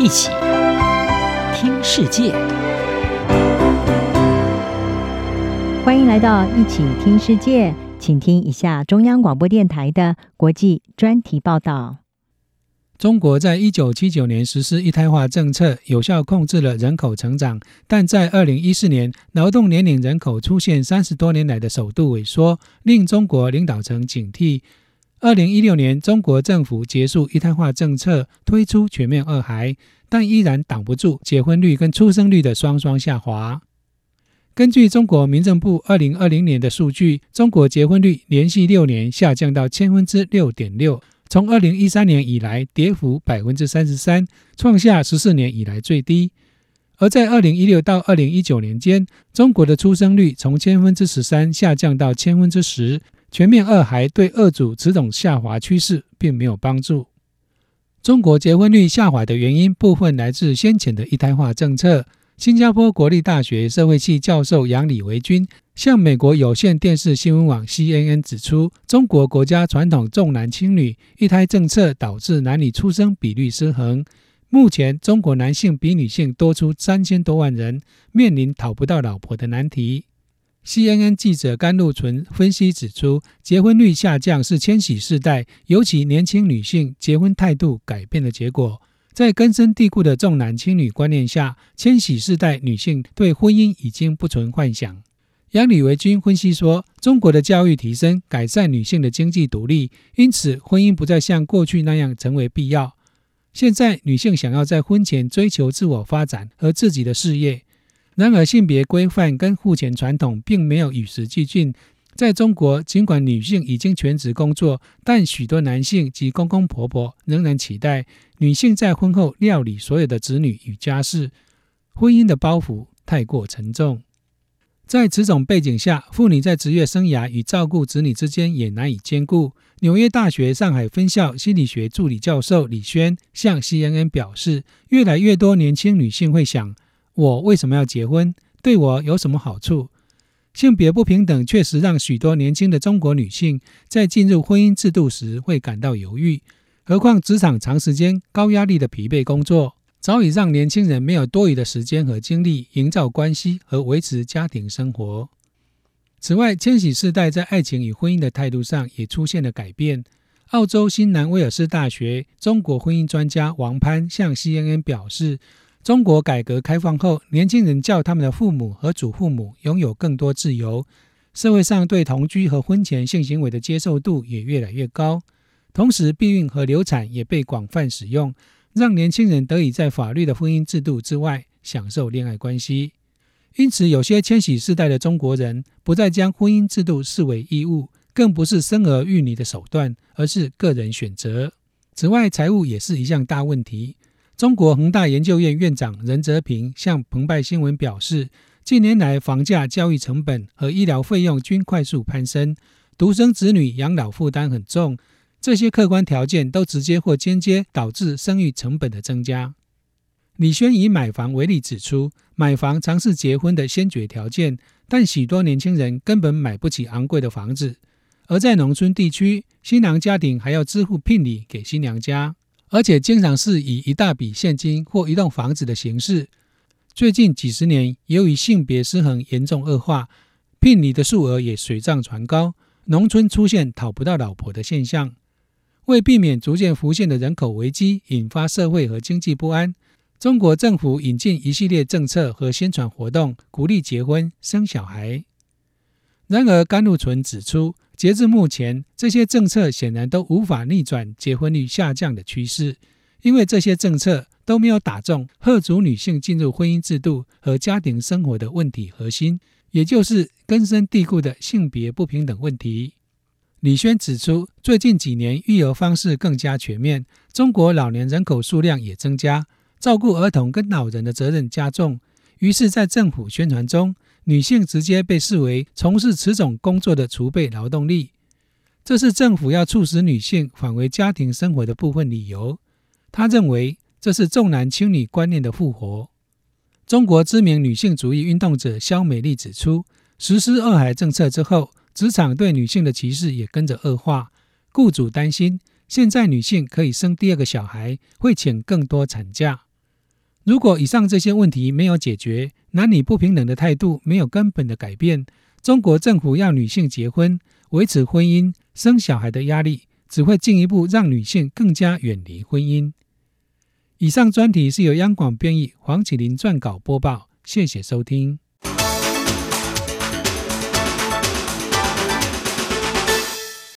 一起听世界。 欢迎来到一起听世界，请听一下中央广播电台的国际专题报道。 中国在1979年实施一胎化政策，有效控制了人口成长，但在2014年，劳动年龄人口出现30多年来的首度萎缩，令中国领导层警惕。2016年，中国政府结束一胎化政策，推出全面二孩，但依然挡不住结婚率跟出生率的双双下滑。根据中国民政部2020年的数据，中国结婚率连续6年下降到6.6%，从2013年以来跌幅 33%， 创下14年以来最低。而在2016到2019年间，中国的出生率从13%下降到10%，全面二孩对二组此种下滑趋势并没有帮助。中国结婚率下滑的原因部分来自先前的一胎化政策。新加坡国立大学社会系教授杨李维军向美国有线电视新闻网 CNN 指出，中国国家传统重男轻女，一胎政策导致男女出生比率失衡。目前中国男性比女性多出3000多万人，面临讨不到老婆的难题。CNN 记者甘露纯分析指出，结婚率下降是千禧世代，尤其年轻女性结婚态度改变的结果。在根深蒂固的重男轻女观念下，千禧世代女性对婚姻已经不存幻想。杨李维军分析说，中国的教育提升，改善女性的经济独立，因此婚姻不再像过去那样成为必要。现在女性想要在婚前追求自我发展和自己的事业，然而性别规范跟父权传统并没有与时俱进。在中国，尽管女性已经全职工作，但许多男性及公公婆婆仍然期待女性在婚后料理所有的子女与家事，婚姻的包袱太过沉重。在此种背景下，妇女在职业生涯与照顾子女之间也难以兼顾。纽约大学上海分校心理学助理教授李轩向 CNN 表示，越来越多年轻女性会想，我为什么要结婚？对我有什么好处？性别不平等确实让许多年轻的中国女性在进入婚姻制度时会感到犹豫，何况职场长时间高压力的疲惫工作，早已让年轻人没有多余的时间和精力营造关系和维持家庭生活。此外，千禧世代在爱情与婚姻的态度上也出现了改变。澳洲新南威尔士大学中国婚姻专家王潘向 CNN 表示，中国改革开放后，年轻人较他们的父母和祖父母拥有更多自由，社会上对同居和婚前性行为的接受度也越来越高，同时避孕和流产也被广泛使用，让年轻人得以在法律的婚姻制度之外享受恋爱关系。因此，有些千禧世代的中国人不再将婚姻制度视为义务，更不是生儿育女的手段，而是个人选择。此外，财务也是一项大问题。中国恒大研究院院长任泽平向澎湃新闻表示，近年来房价、教育成本和医疗费用均快速攀升，独生子女养老负担很重，这些客观条件都直接或间接导致生育成本的增加。李轩以买房为例指出，买房常是结婚的先决条件，但许多年轻人根本买不起昂贵的房子，而在农村地区，新郎家庭还要支付聘礼给新娘家，而且经常是以一大笔现金或一栋房子的形式。最近几十年，由于性别失衡严重恶化，聘礼的数额也水涨船高，农村出现讨不到老婆的现象。为避免逐渐浮现的人口危机引发社会和经济不安，中国政府引进一系列政策和宣传活动，鼓励结婚生小孩。然而，甘露纯指出，截至目前，这些政策显然都无法逆转结婚率下降的趋势，因为这些政策都没有打中嚇阻女性进入婚姻制度和家庭生活的问题核心，也就是根深蒂固的性别不平等问题。李轩指出，最近几年育儿方式更加全面，中国老年人口数量也增加，照顾儿童跟老人的责任加重，于是在政府宣传中，女性直接被视为从事此种工作的储备劳动力，这是政府要促使女性返回家庭生活的部分理由。他认为这是重男轻女观念的复活。中国知名女性主义运动者肖美丽指出，实施二孩政策之后，职场对女性的歧视也跟着恶化，雇主担心现在女性可以生第二个小孩，会请更多产假。 如果以上这些问题没有解决，男女不平等的态度没有根本的改变，中国政府要女性结婚、维持婚姻、生小孩的压力，只会进一步让女性更加远离婚姻。以上专题是由央广编译黄启麟撰稿播报，谢谢收听。